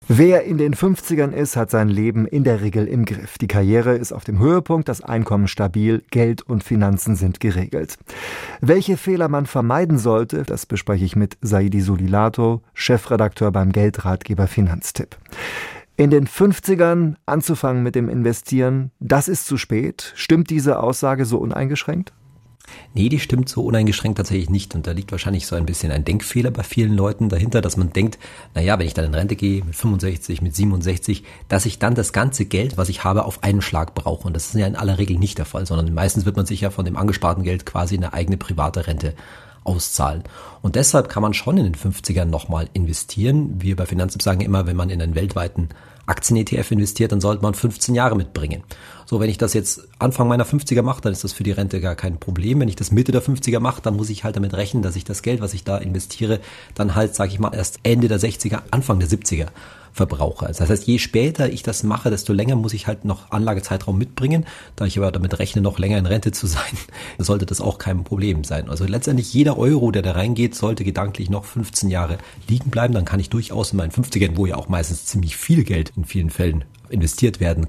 Wer in den 50ern ist, hat sein Leben in der Regel im Griff. Die Karriere ist auf dem Höhepunkt, das Einkommen stabil, Geld und Finanzen sind geregelt. Welche Fehler man vermeiden sollte, das bespreche ich mit Saidi Sulilato, Chefredakteur beim Geldratgeber Finanztipp. In den 50ern anzufangen mit dem Investieren, das ist zu spät. Stimmt diese Aussage so uneingeschränkt? Nee, die stimmt so uneingeschränkt tatsächlich nicht. Und da liegt wahrscheinlich so ein bisschen ein Denkfehler bei vielen Leuten dahinter, dass man denkt, naja, wenn ich dann in Rente gehe mit 65, mit 67, dass ich dann das ganze Geld, was ich habe, auf einen Schlag brauche. Und das ist ja in aller Regel nicht der Fall, sondern meistens wird man sich ja von dem angesparten Geld quasi eine eigene private Rente auszahlen. Und deshalb kann man schon in den 50ern nochmal investieren. Wir bei Finanztipp sagen immer, wenn man in einen weltweiten Aktien-ETF investiert, dann sollte man 15 Jahre mitbringen. So, wenn ich das jetzt Anfang meiner 50er mache, dann ist das für die Rente gar kein Problem. Wenn ich das Mitte der 50er mache, dann muss ich halt damit rechnen, dass ich das Geld, was ich da investiere, dann halt, sage ich mal, erst Ende der 60er, Anfang der 70er verbrauche. Also das heißt, je später ich das mache, desto länger muss ich halt noch Anlagezeitraum mitbringen. Da ich aber damit rechne, noch länger in Rente zu sein, sollte das auch kein Problem sein. Also letztendlich jeder Euro, der da reingeht, sollte gedanklich noch 15 Jahre liegen bleiben. Dann kann ich durchaus in meinen 50ern, wo ja auch meistens ziemlich viel Geld in vielen Fällen investiert werden,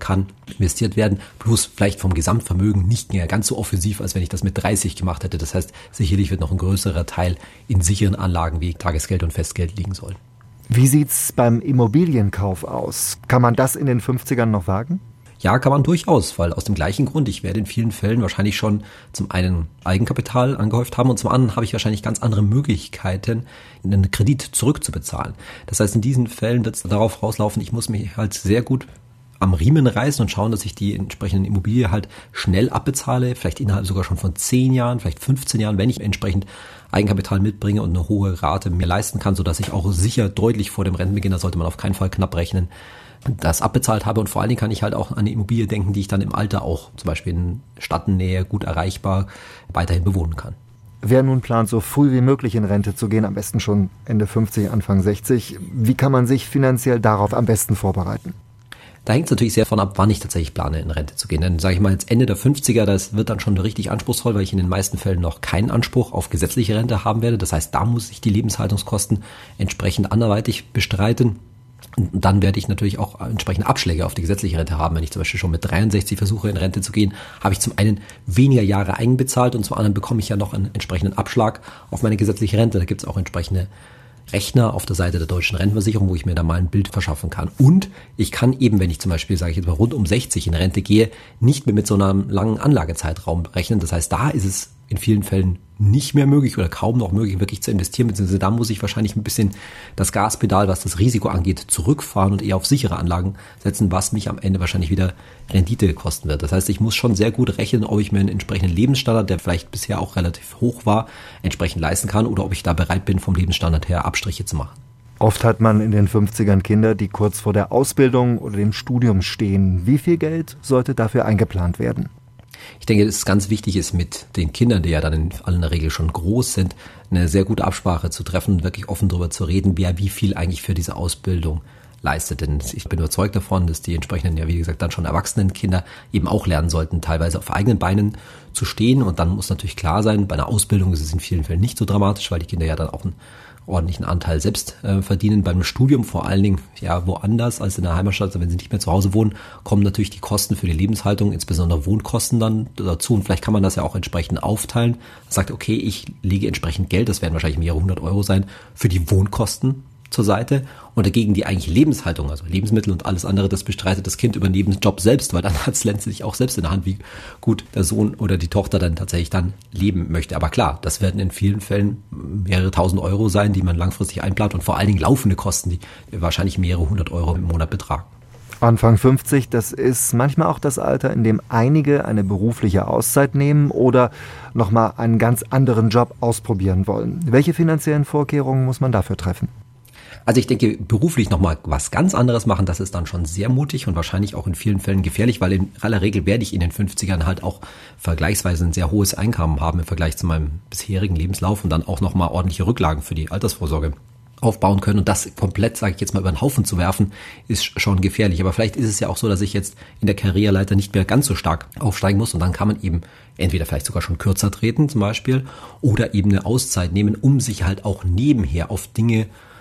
bloß vielleicht vom Gesamtvermögen nicht mehr ganz so offensiv, als wenn ich das mit 30 gemacht hätte. Das heißt, sicherlich wird noch ein größerer Teil in sicheren Anlagen wie Tagesgeld und Festgeld liegen sollen. Wie sieht's beim Immobilienkauf aus? Kann man das in den 50ern noch wagen? Ja, kann man durchaus, weil aus dem gleichen Grund, ich werde in vielen Fällen wahrscheinlich schon zum einen Eigenkapital angehäuft haben und zum anderen habe ich wahrscheinlich ganz andere Möglichkeiten, einen Kredit zurückzubezahlen. Das heißt, in diesen Fällen wird es darauf rauslaufen, ich muss mich halt sehr gut am Riemen reißen und schauen, dass ich die entsprechenden Immobilie halt schnell abbezahle, vielleicht innerhalb sogar schon von 10 Jahren, vielleicht 15 Jahren, wenn ich entsprechend Eigenkapital mitbringe und eine hohe Rate mir leisten kann, sodass ich auch sicher deutlich vor dem Rentenbeginn, da sollte man auf keinen Fall knapp rechnen, das abbezahlt habe. Und vor allen Dingen kann ich halt auch an eine Immobilie denken, die ich dann im Alter auch zum Beispiel in Stadtnähe gut erreichbar weiterhin bewohnen kann. Wer nun plant, so früh wie möglich in Rente zu gehen, am besten schon Ende 50, Anfang 60, wie kann man sich finanziell darauf am besten vorbereiten? Da hängt es natürlich sehr von ab, wann ich tatsächlich plane, in Rente zu gehen. Dann sage ich mal jetzt Ende der 50er, das wird dann schon richtig anspruchsvoll, weil ich in den meisten Fällen noch keinen Anspruch auf gesetzliche Rente haben werde. Das heißt, da muss ich die Lebenshaltungskosten entsprechend anderweitig bestreiten. Und dann werde ich natürlich auch entsprechende Abschläge auf die gesetzliche Rente haben. Wenn ich zum Beispiel schon mit 63 versuche, in Rente zu gehen, habe ich zum einen weniger Jahre einbezahlt und zum anderen bekomme ich ja noch einen entsprechenden Abschlag auf meine gesetzliche Rente. Da gibt es auch entsprechende Rechner auf der Seite der Deutschen Rentenversicherung, wo ich mir da mal ein Bild verschaffen kann. Und ich kann eben, wenn ich zum Beispiel, sage ich jetzt mal, rund um 60 in Rente gehe, nicht mehr mit so einem langen Anlagezeitraum rechnen. Das heißt, da ist es in vielen Fällen nicht mehr möglich oder kaum noch möglich, wirklich zu investieren, beziehungsweise da muss ich wahrscheinlich ein bisschen das Gaspedal, was das Risiko angeht, zurückfahren und eher auf sichere Anlagen setzen, was mich am Ende wahrscheinlich wieder Rendite kosten wird. Das heißt, ich muss schon sehr gut rechnen, ob ich mir einen entsprechenden Lebensstandard, der vielleicht bisher auch relativ hoch war, entsprechend leisten kann oder ob ich da bereit bin, vom Lebensstandard her Abstriche zu machen. Oft hat man in den 50ern Kinder, die kurz vor der Ausbildung oder dem Studium stehen. Wie viel Geld sollte dafür eingeplant werden? Ich denke, dass es ganz wichtig ist, mit den Kindern, die ja dann in aller Regel schon groß sind, eine sehr gute Absprache zu treffen und wirklich offen darüber zu reden, wer wie viel eigentlich für diese Ausbildung leistet. Denn ich bin überzeugt davon, dass die entsprechenden, ja wie gesagt, dann schon erwachsenen Kinder eben auch lernen sollten, teilweise auf eigenen Beinen zu stehen. Und dann muss natürlich klar sein, bei einer Ausbildung ist es in vielen Fällen nicht so dramatisch, weil die Kinder ja dann auch einen ordentlichen Anteil selbst verdienen. Beim Studium vor allen Dingen ja woanders als in der Heimatstadt, also wenn sie nicht mehr zu Hause wohnen, kommen natürlich die Kosten für die Lebenshaltung, insbesondere Wohnkosten dann dazu. Und vielleicht kann man das ja auch entsprechend aufteilen. Sagt, okay, ich lege entsprechend Geld, das werden wahrscheinlich mehrere 100 Euro sein, für die Wohnkosten zur Seite und dagegen die eigentliche Lebenshaltung, also Lebensmittel und alles andere, das bestreitet das Kind über den Nebenjob selbst, weil dann hat es letztendlich auch selbst in der Hand, wie gut der Sohn oder die Tochter dann tatsächlich dann leben möchte. Aber klar, das werden in vielen Fällen mehrere 1.000 Euro sein, die man langfristig einplant und vor allen Dingen laufende Kosten, die wahrscheinlich mehrere 100 Euro im Monat betragen. Anfang 50, das ist manchmal auch das Alter, in dem einige eine berufliche Auszeit nehmen oder nochmal einen ganz anderen Job ausprobieren wollen. Welche finanziellen Vorkehrungen muss man dafür treffen? Also ich denke, beruflich nochmal was ganz anderes machen, das ist dann schon sehr mutig und wahrscheinlich auch in vielen Fällen gefährlich, weil in aller Regel werde ich in den 50ern halt auch vergleichsweise ein sehr hohes Einkommen haben im Vergleich zu meinem bisherigen Lebenslauf und dann auch nochmal ordentliche Rücklagen für die Altersvorsorge aufbauen können und das komplett, sage ich jetzt mal, über den Haufen zu werfen, ist schon gefährlich. Aber vielleicht ist es ja auch so, dass ich jetzt in der Karriereleiter nicht mehr ganz so stark aufsteigen muss und dann kann man eben entweder vielleicht sogar schon kürzer treten zum Beispiel oder eben eine Auszeit nehmen, um sich halt auch nebenher auf Dinge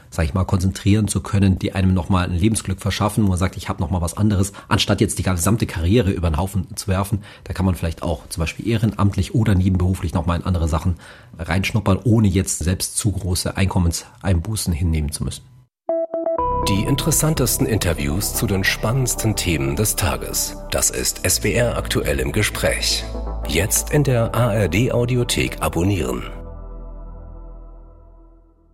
sag ich mal, konzentrieren zu können, die einem nochmal ein Lebensglück verschaffen, wo man sagt, ich habe nochmal was anderes, anstatt jetzt die gesamte Karriere über den Haufen zu werfen. Da kann man vielleicht auch zum Beispiel ehrenamtlich oder nebenberuflich nochmal in andere Sachen reinschnuppern, ohne jetzt selbst zu große Einkommenseinbußen hinnehmen zu müssen. Die interessantesten Interviews zu den spannendsten Themen des Tages. Das ist SWR aktuell im Gespräch. Jetzt in der ARD Audiothek abonnieren.